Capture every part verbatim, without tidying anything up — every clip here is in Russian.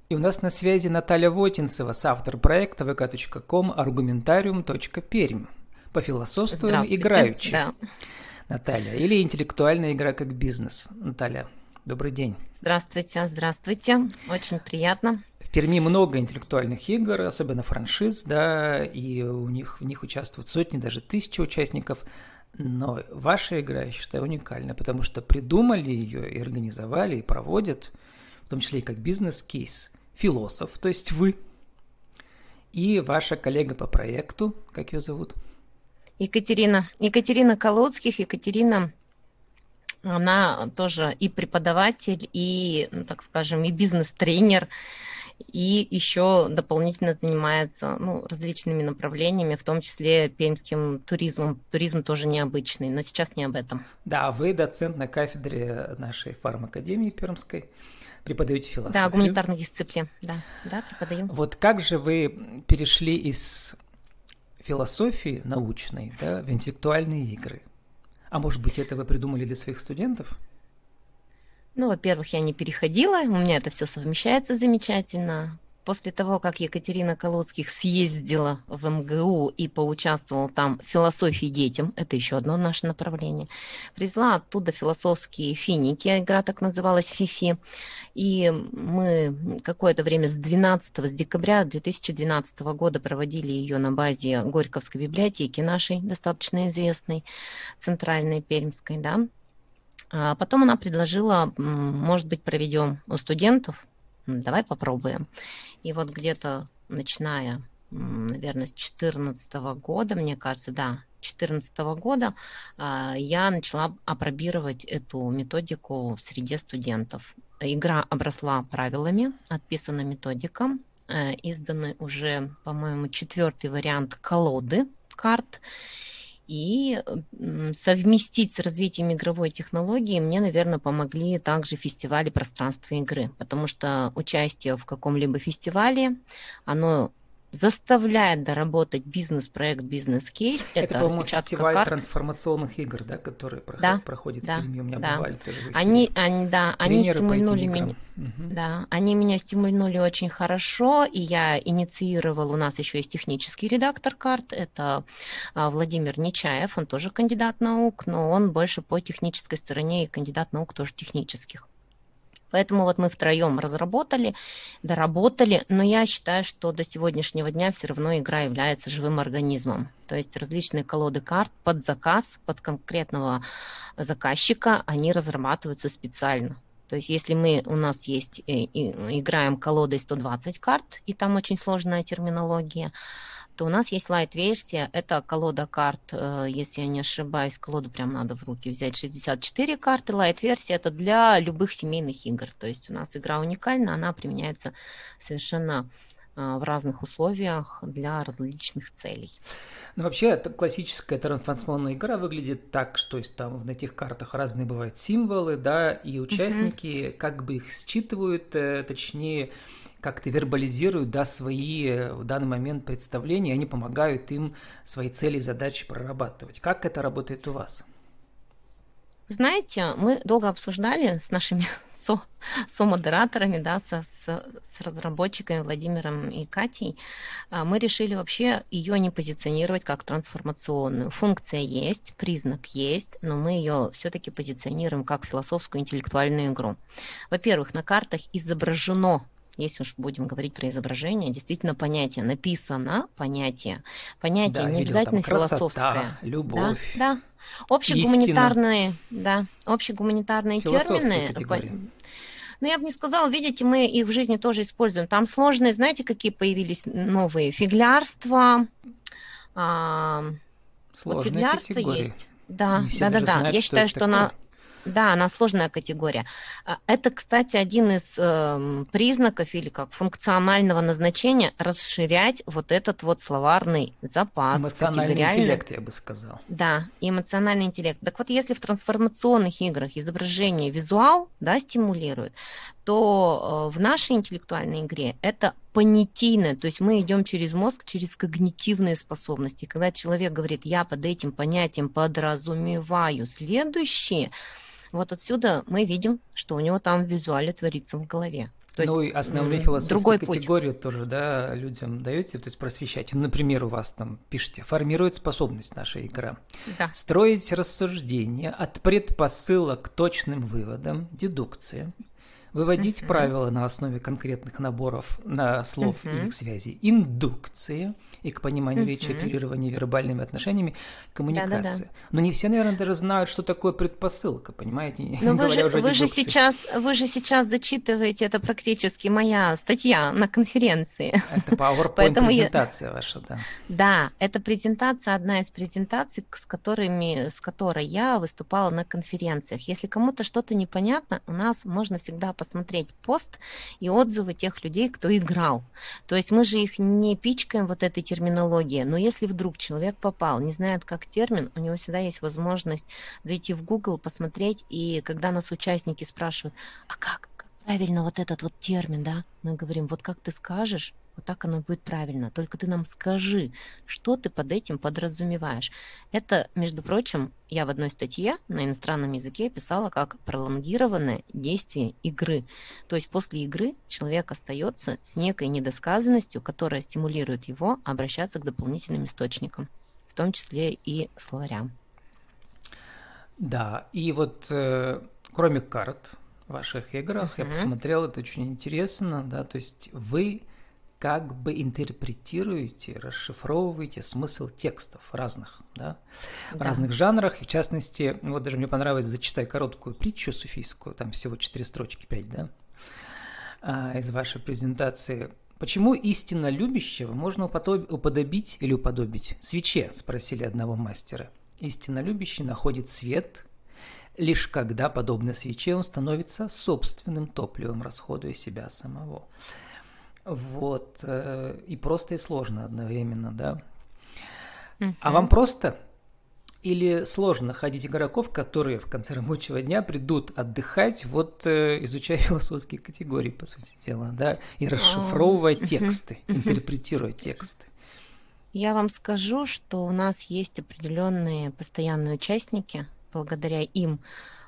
И у нас на связи Наталья Вотинцева, соавтор проекта вэ ка точка ком аргументариум точка пермь. Пофилософствуем Здравствуйте, играючи. да. Наталья. Или интеллектуальная игра как бизнес. Наталья, добрый день. Здравствуйте, здравствуйте. Очень приятно. В Перми много интеллектуальных игр, особенно франшиз, да, и у них, в них участвуют сотни, даже тысячи участников. Но ваша игра, я считаю, уникальна, потому что придумали ее и организовали, и проводят, в том числе и как бизнес-кейс, философ, то есть вы, и ваша коллега по проекту, как ее зовут? Екатерина. Екатерина Колодских. Екатерина, она тоже и преподаватель, и, ну, так скажем, и бизнес-тренер, и еще дополнительно занимается, ну, различными направлениями, в том числе пермским туризмом. Туризм тоже необычный, но сейчас не об этом. Да, вы доцент на кафедре нашей фармакадемии пермской, преподаете Да, философию. гуманитарных дисциплин. Да, да, преподаю. Вот как же вы перешли из философии научной, да, в интеллектуальные игры? А может быть, это вы придумали для своих студентов? Ну, во-первых, я не переходила, у меня это все совмещается замечательно. После того, как Екатерина Колодских съездила в эм гэ у и поучаствовала там в философии детям, это еще одно наше направление, привезла оттуда философские финики, игра так называлась «Фифи», и мы какое-то время с двенадцатого, с декабря две тысячи двенадцатого года проводили ее на базе Горьковской библиотеки нашей, достаточно известной, центральной, пермской, да. А потом она предложила, может быть, проведем у студентов, давай попробуем. И вот где-то начиная, наверное, с две тысячи четырнадцатого года, мне кажется, да, две тысячи четырнадцатого года я начала апробировать эту методику в среде студентов. Игра обросла правилами, отписана методика, изданы уже, по-моему, четвертый вариант колоды карт. И совместить с развитием игровой технологии мне, наверное, помогли также фестивали пространства игры, потому что участие в каком-либо фестивале, оно заставляет доработать бизнес-проект, бизнес-кейс. Это, Это по-моему, распечатка фестиваль карт. трансформационных игр, да, который Да, проходит в да, Перми. У меня да. бывали тоже в эфире Они, они, да, они тренеры по этим стимульнули играм. меня. Угу. Да, они меня стимульнули очень хорошо, и я инициировала, у нас еще есть технический редактор карт, это а, Владимир Нечаев, он тоже кандидат наук, но он больше по технической стороне и кандидат наук тоже технических. Поэтому вот мы втроем разработали, доработали, но я считаю, что до сегодняшнего дня все равно игра является живым организмом. То есть различные колоды карт под заказ, под конкретного заказчика, они разрабатываются специально. То есть если мы, у нас есть, играем колодой сто двадцать карт, и там очень сложная терминология, то у нас есть лайт-версия, это колода карт, если я не ошибаюсь, колоду прям надо в руки взять, шестьдесят четыре карты, лайт-версия это для любых семейных игр, то есть у нас игра уникальна, она применяется совершенно в разных условиях для различных целей. Ну, вообще, это классическая трансформационная игра выглядит так, что есть там на этих картах разные бывают символы, да, и участники угу. как бы их считывают, точнее, как-то вербализируют, да, свои в данный момент представления, они помогают им свои цели и задачи прорабатывать. Как это работает у вас? Знаете, мы долго обсуждали с нашими со, со-модераторами, да, со, с, с разработчиками Владимиром и Катей. Мы решили вообще ее не позиционировать как трансформационную. Функция есть, признак есть, но мы ее все-таки позиционируем как философскую интеллектуальную игру. Во-первых, на картах изображено, если уж будем говорить про изображение, действительно понятие написано, понятие. Понятие да, не видел, обязательно там философское. красота, любовь, Да, да. Общегуманитарные, да, общегуманитарные философская термины. категория. Ну, я бы не сказала, видите, мы их в жизни тоже используем. Там сложные, знаете, какие появились новые? Фиглярство. А, вот Сложная фиглярство категория. есть. Да, Не все да, да, даже да. знают, Я что считаю, это что такое. она... Да, она сложная категория. Это, кстати, один из э, признаков или как функционального назначения расширять вот этот вот словарный запас Эмоциональный категориально. интеллект, я бы сказал. Да, и эмоциональный интеллект. Так вот, если в трансформационных играх изображение визуал, да, стимулирует, то э, в нашей интеллектуальной игре это понятийное, то есть мы идем через мозг, через когнитивные способности. Когда человек говорит, я под этим понятием подразумеваю следующее, вот отсюда мы видим, что у него там в визуале творится в голове. То есть Ну и основные м, философские другой путь. категории тоже, да, людям даете, то есть просвещаете. Ну, например, у вас там пишете, формирует способность наша игра. Да. Строить рассуждения от предпосылок к точным выводам, дедукция. Выводить Мгм. правила на основе конкретных наборов на слов и Мгм. их связей. Индукция и к пониманию речи, Мгм. оперирование вербальными отношениями, Да-да-да. коммуникация. Но не все, наверное, даже знают, что такое предпосылка, понимаете, не Но вы же, говоря уже о вы же дедукции. сейчас, вы же сейчас зачитываете, это практически моя статья на конференции. Это Поэтому я, PowerPoint-презентация ваша, да. да, эта презентация одна из презентаций, с которыми, с которой я выступала на конференциях. Если кому-то что-то непонятно, у нас можно всегда посмотреть пост и отзывы тех людей, кто играл. То есть мы же их не пичкаем вот этой терминологией, но если вдруг человек попал, не знает как термин, у него всегда есть возможность зайти в Google, посмотреть, и когда нас участники спрашивают, а как, как правильно вот этот вот термин, да, мы говорим, вот как ты скажешь, вот так оно и будет правильно. Только ты нам скажи, что ты под этим подразумеваешь. Это, между прочим, я в одной статье на иностранном языке писала как пролонгированное действие игры. То есть после игры человек остается с некой недосказанностью, которая стимулирует его обращаться к дополнительным источникам, в том числе и словарям. Да, и вот э, кроме карт в ваших играх, я Мгм. посмотрел, это очень интересно, да, то есть вы как бы интерпретируете, расшифровываете смысл текстов разных, да, в Да. разных жанрах, и в частности, вот даже мне понравилось, зачитай короткую притчу суфийскую, там всего четыре строчки, пять, да, а, из вашей презентации. Почему истинно любящего можно уподоб- уподобить или уподобить свече, спросили одного мастера. Истинно любящий находит свет, лишь когда, подобно свече, он становится собственным топливом, расходуя себя самого. Вот. э, И просто и сложно одновременно, да. А вам Мгм. просто или сложно находить игроков, которые в конце рабочего дня придут отдыхать, вот э, изучая философские категории, по сути дела, да, и А, расшифровывая мгм, тексты, мгм. интерпретируя тексты. Я вам скажу, что у нас есть определенные постоянные участники. Благодаря им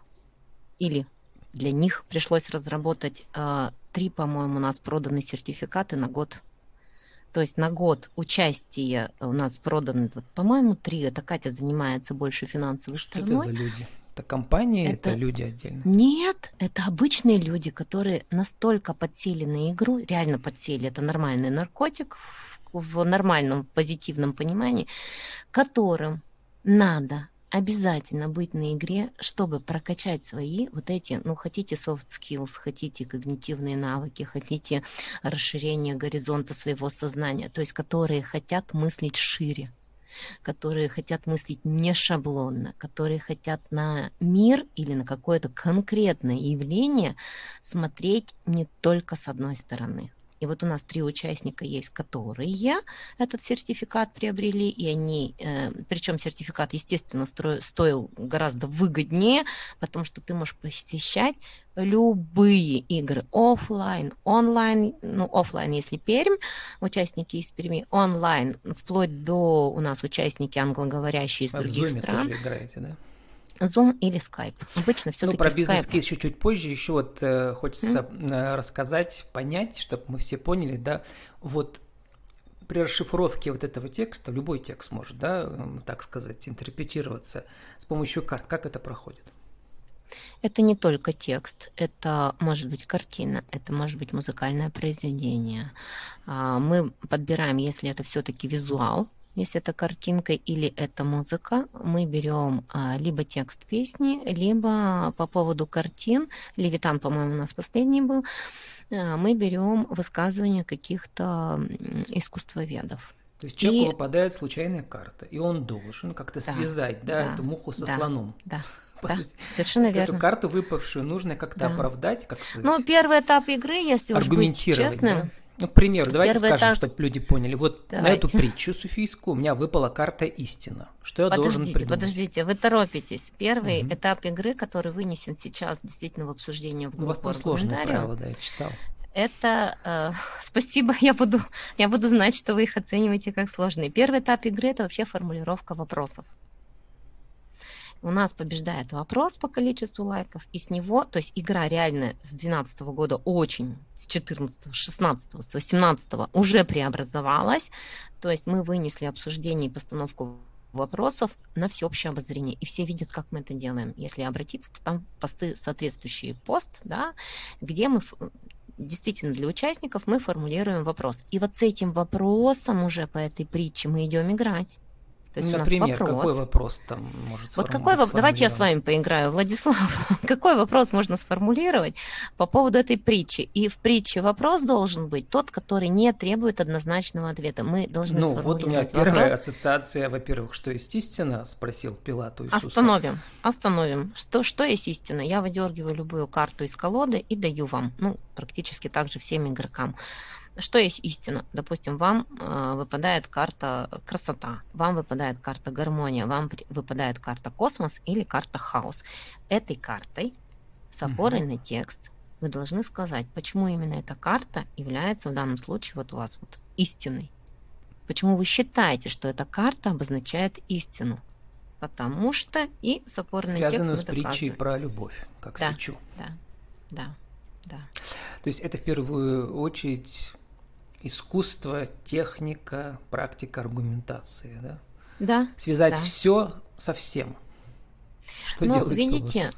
или для них пришлось разработать а, три, по-моему, у нас проданы сертификаты на год. То есть на год участия у нас проданы, вот, по-моему, три. Это Катя занимается больше финансовой Что это стороной. за люди? Это компании, это Это люди отдельные. нет, это обычные люди, которые настолько подсели на игру, реально подсели, это нормальный наркотик в, в нормальном позитивном понимании, которым надо обязательно быть на игре, чтобы прокачать свои вот эти, ну, хотите soft skills, хотите когнитивные навыки, хотите расширение горизонта своего сознания, то есть которые хотят мыслить шире, которые хотят мыслить не шаблонно, которые хотят на мир или на какое-то конкретное явление смотреть не только с одной стороны. И вот у нас три участника есть, которые этот сертификат приобрели, и они, э, причем сертификат, естественно, стро, стоил гораздо выгоднее, потому что ты можешь посещать любые игры офлайн, онлайн, ну, офлайн, если Пермь, участники из Перми, онлайн, вплоть до у нас участники англоговорящие из А в других Zoom стран, тоже играете, да? Zoom или Skype. Обычно Ну, все-таки про Skype. бизнес-кейс чуть-чуть позже. Еще вот э, М? хочется э, рассказать, понять, чтобы мы все поняли, да, вот при расшифровке вот этого текста, любой текст может, да, эм, так сказать, интерпретироваться с помощью карт. Как это проходит? Это не только текст, это может быть картина, это может быть музыкальное произведение. А, Мы подбираем, если это все-таки визуал, если это картинка или это музыка, мы берем а, либо текст песни, либо по поводу картин, Левитан, по-моему, у нас последний был, а, мы берем высказывания каких-то м, искусствоведов. То есть человеку И выпадает случайная карта, и он должен как-то да, связать, да, да, эту муху со да, слоном. да, По да, сути, совершенно эту верно. карту выпавшую нужно как-то Да. оправдать, как Ну, сказать, первый этап игры, если уж быть аргументировать, да? честным, Ну, к примеру, давайте первый скажем, этап, чтобы люди поняли. Вот на эту давайте. притчу суфийскую у меня выпала карта истина. Что я должен Подождите, придумать? подождите, вы торопитесь. Первый Мгм. этап игры, который вынесен сейчас действительно в обсуждение в У вас группу там сложные аргументариум, правила, да, я читал. это э, спасибо, я буду, я буду знать, что вы их оцениваете как сложные. Первый этап игры это вообще формулировка вопросов. У нас побеждает вопрос по количеству лайков, и с него, то есть игра реально с две тысячи двенадцатого года очень, с четырнадцатого, шестнадцатого, с восемнадцатого уже преобразовалась, то есть мы вынесли обсуждение и постановку вопросов на всеобщее обозрение, и все видят, как мы это делаем. Если обратиться, то там посты, соответствующий пост, да, где мы действительно для участников мы формулируем вопрос. И вот с этим вопросом уже по этой притче мы идем играть. То есть Например, у нас какой вопрос. вопрос там может Вот какой вопрос? Давайте я с вами поиграю, Владислав. Какой вопрос можно сформулировать по поводу этой притчи? И в притче вопрос должен быть тот, который не требует однозначного ответа. Мы должны ну, сформулировать вот у меня вопрос. первая ассоциация, во-первых, что есть истина, спросил Пилат у Иисуса. Остановим, остановим. Что, что есть истина? Я выдергиваю любую карту из колоды и даю вам. Ну, практически так же всем игрокам. Что есть истина? Допустим, вам э, выпадает карта красота, вам выпадает карта гармония, вам выпадает карта космос или карта хаос. Этой картой с опорой угу. на текст вы должны сказать, почему именно эта карта является в данном случае вот у вас вот истиной. Почему вы считаете, что эта карта обозначает истину? Потому что и с опорой на текст мы связанную с притчей про любовь, как да, свечу. Да, да, да. То есть это в первую очередь искусство, техника, практика аргументации, да? Да. Связать да. все со всем. Что ну, делает видите,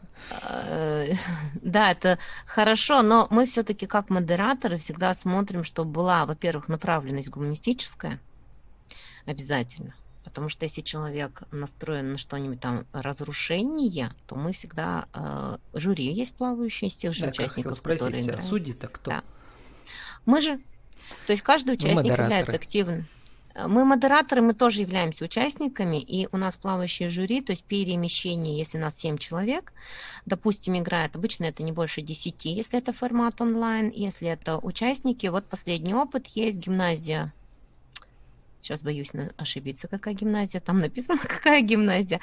э, да, это хорошо, но мы все-таки как модераторы всегда смотрим, чтобы была, во-первых, направленность гуманистическая, обязательно. Потому что если человек настроен на что-нибудь там разрушение, то мы всегда э, жюри есть плавающие из тех же да, участников, спросить, которые играют. А судьи-то кто? Да. Мы же. То есть каждый участник является активным. Мы модераторы, мы тоже являемся участниками, и у нас плавающее жюри, то есть перемещение, если нас семь человек, допустим, играет, обычно это не больше десяти, если это формат онлайн, если это участники, вот последний опыт есть, гимназия, сейчас боюсь ошибиться, какая гимназия, там написано, какая гимназия,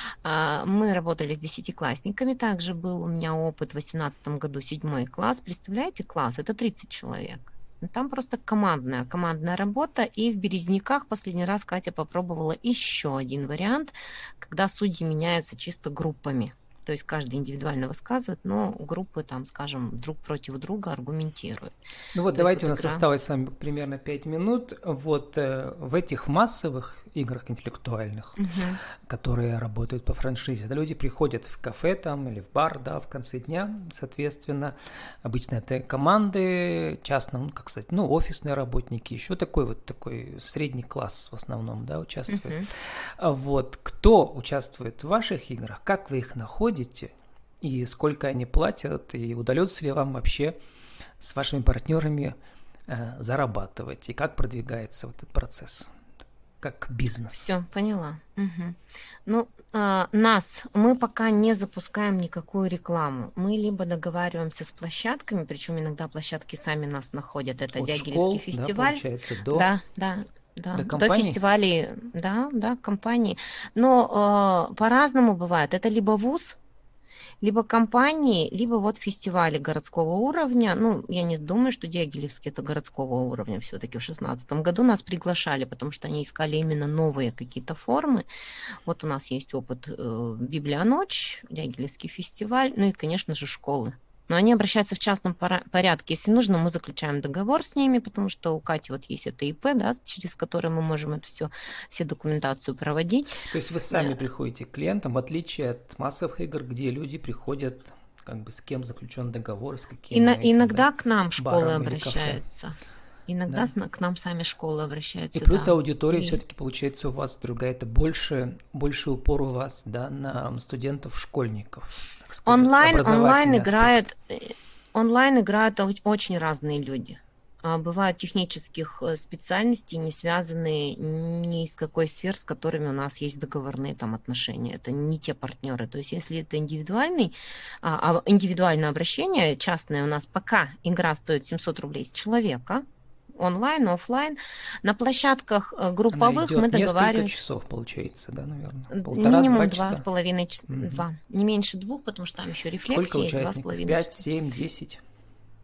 мы работали с десятиклассниками, также был у меня опыт в восемнадцатом году, седьмой класс, представляете, класс, это тридцать человек. Там просто командная, командная работа, и в Березняках последний раз Катя попробовала еще один вариант, когда судьи меняются чисто группами. То есть каждый индивидуально высказывает, но группы, там, скажем, друг против друга аргументируют. Ну вот То давайте, вот у нас игра... осталось с вами примерно пять минут. Вот э, в этих массовых играх интеллектуальных, угу. которые работают по франшизе, да, люди приходят в кафе там или в бар, да, в конце дня, соответственно, обычно это команды, частно, ну, как сказать, ну, офисные работники, еще такой вот такой средний класс в основном, да, участвует. Угу. Вот, кто участвует в ваших играх, как вы их находите, и сколько они платят, и удается ли вам вообще с вашими партнерами э, зарабатывать, и как продвигается вот этот процесс, как бизнес. Все, поняла. Угу. Ну, э, нас, мы пока не запускаем никакую рекламу. Мы либо договариваемся с площадками, причем иногда площадки сами нас находят. Это от Дягилевский школ, фестиваль. Да, получается, до... Да, да. Да, до, до фестивалей, да, да, компании. Но э, по-разному бывает. Это либо вуз, либо компании, либо вот фестивали городского уровня. Ну, я не думаю, что Дягилевский это городского уровня. Все-таки в шестнадцатом году нас приглашали, потому что они искали именно новые какие-то формы. Вот у нас есть опыт э, Библионочь, Дягилевский фестиваль, ну и, конечно же, школы. Но они обращаются в частном порядке. Если нужно, мы заключаем договор с ними, потому что у Кати вот есть это ИП, да, через которое мы можем эту всю, всю документацию проводить. То есть вы сами да. приходите к клиентам, в отличие от массовых игр, где люди приходят, как бы с кем заключен договор, с какими... И этим, иногда да, к нам школы обращаются. Иногда да. к нам сами школы обращаются. И плюс да. аудитория и... все-таки получается у вас другая, это больше, больше упор у вас, да, на студентов-школьников. Так сказать, онлайн, онлайн играют, онлайн играют очень разные люди. Бывают технических специальностей, не связанные ни с какой сфер, с которыми у нас есть договорные там отношения. Это не те партнеры. То есть, если это индивидуальный, а, индивидуальное обращение, частное у нас, пока игра стоит семьсот рублей с человека, онлайн, офлайн. На площадках групповых мы договариваемся. Несколько часов получается, да, наверное? Полтора, минимум два с половиной часа. Два. Не меньше двух, потому что там еще рефлексия Сколько есть, участников? Пять, семь, десять?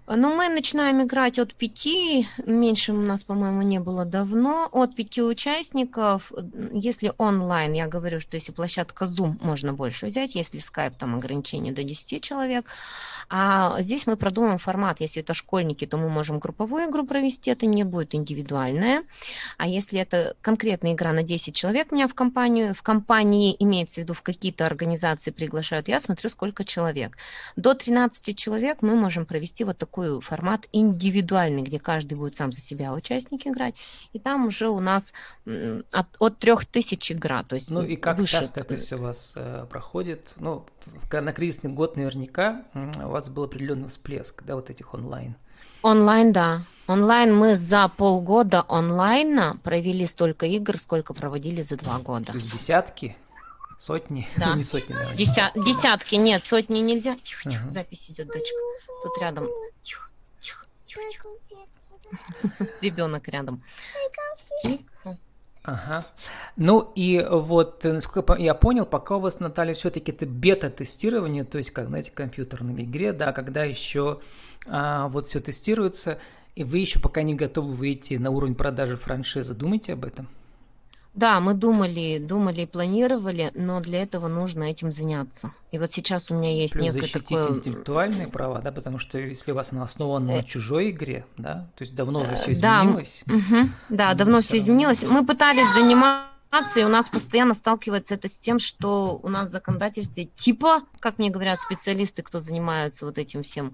Ну, мы начинаем играть от пяти, меньше у нас, по-моему, не было давно, от пяти участников. Если онлайн, я говорю, что если площадка Zoom, можно больше взять, если Skype, там ограничение до десяти человек. А здесь мы продумаем формат. Если это школьники, то мы можем групповую игру провести, это не будет индивидуальная. А если это конкретная игра на десять человек меня в компанию, в компании имеется в виду, в какие-то организации приглашают, я смотрю, сколько человек. До тринадцати человек мы можем провести вот такой формат индивидуальный, где каждый будет сам за себя участник играть, и там уже у нас от, от трех тысяч игра, то есть Ну и как выше. часто это все у вас э, проходит? Ну, на кризисный год наверняка у вас был определенный всплеск, да, вот этих онлайн. Онлайн, да. Онлайн мы за полгода онлайна провели столько игр, сколько проводили за два года. То есть десятки? Сотни? Да. Не сотни, наверное. Деся... Десятки, нет, сотни нельзя. Тихо, тихо, ага. Запись идет, дочка. Тут рядом. Тихо, тихо, тихо, тихо. Ребенок рядом. Тихо. Ага. Ну и вот, насколько я понял, пока у вас, Наталья, все-таки это бета-тестирование, то есть, как, знаете, в компьютерной игре, да, когда еще а, вот все тестируется, и вы еще пока не готовы выйти на уровень продажи франшизы. Думаете об этом? Да, мы думали, думали и планировали, но для этого нужно этим заняться. И вот сейчас у меня есть Плюс некое защитить такое... интеллектуальные права, да, потому что если у вас она основана на чужой игре, да, то есть давно уже все Да, изменилось. угу, да, давно все изменилось. Мы пытались заниматься, и у нас постоянно сталкивается это с тем, что у нас в законодательстве типа, как мне говорят специалисты, кто занимаются вот этим всем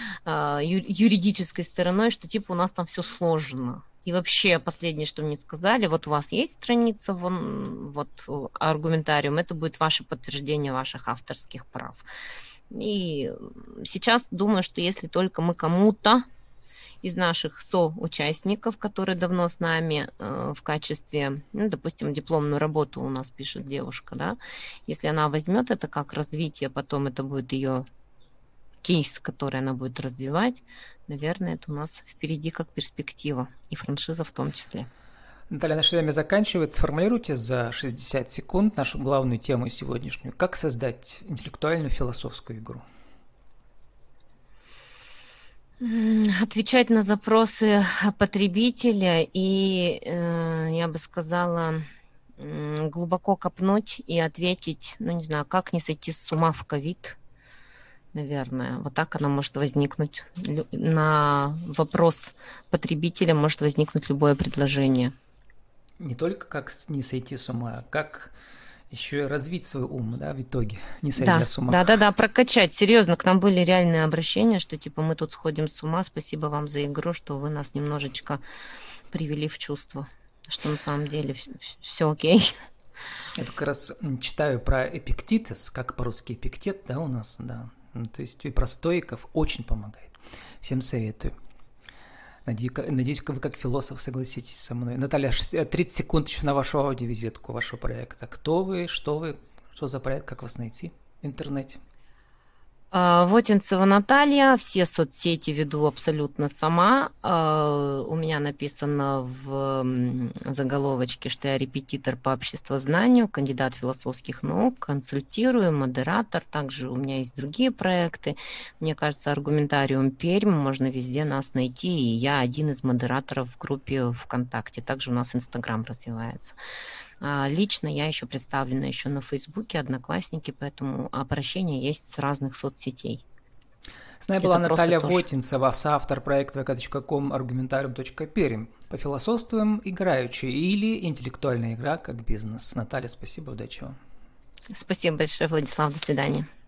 юридической стороной, что типа у нас там все сложно. И вообще, последнее, что мне сказали, вот у вас есть страница, вон, вот аргументариум, это будет ваше подтверждение ваших авторских прав. И сейчас думаю, что если только мы кому-то из наших соучастников, которые давно с нами э, в качестве, ну, допустим, дипломную работу у нас пишет девушка, да, если она возьмет это как развитие, потом это будет ее кейс, который она будет развивать, наверное, это у нас впереди как перспектива, и франшиза в том числе. Наталья, наше время заканчивается. Сформулируйте за шестьдесят секунд нашу главную тему сегодняшнюю. Как создать интеллектуальную философскую игру? Отвечать на запросы потребителя и, я бы сказала, глубоко копнуть и ответить, ну, не знаю, как не сойти с ума в ковид, наверное. Вот так она может возникнуть. На вопрос потребителя может возникнуть любое предложение. Не только как не сойти с ума, а как еще и развить свой ум, да, в итоге, не сойдя да, с ума. Да, да, да, прокачать. Серьезно, к нам были реальные обращения, что типа мы тут сходим с ума, спасибо вам за игру, что вы нас немножечко привели в чувство, что на самом деле все окей. Я как раз читаю про Эпиктетес, как по-русски Эпиктет, да, у нас, да. Ну, то есть и про стоиков очень помогает. Всем советую. Надеюсь, надеюсь, вы как философ согласитесь со мной. Наталья, тридцать секунд еще на вашу аудиовизитку вашего проекта. Кто вы, что вы, что за проект, как вас найти в интернете? Вотинцева Наталья, все соцсети веду абсолютно сама. У меня написано в заголовочке, что я репетитор по обществознанию, кандидат философских наук, консультирую, модератор. Также у меня есть другие проекты. Мне кажется, аргументариум Пермь, можно везде нас найти. И я один из модераторов в группе ВКонтакте. Также у нас Инстаграм развивается. Лично я еще представлена еще на Фейсбуке, Одноклассники, поэтому обращения есть с разных соцсетей. С нами была Наталья тоже. Вотинцева, соавтор проекта вэ ка точка ком аргументариум точка пермь. Пофилософствуем играючи или интеллектуальная игра как бизнес. Наталья, спасибо, удачи вам. Спасибо большое, Владислав, до свидания.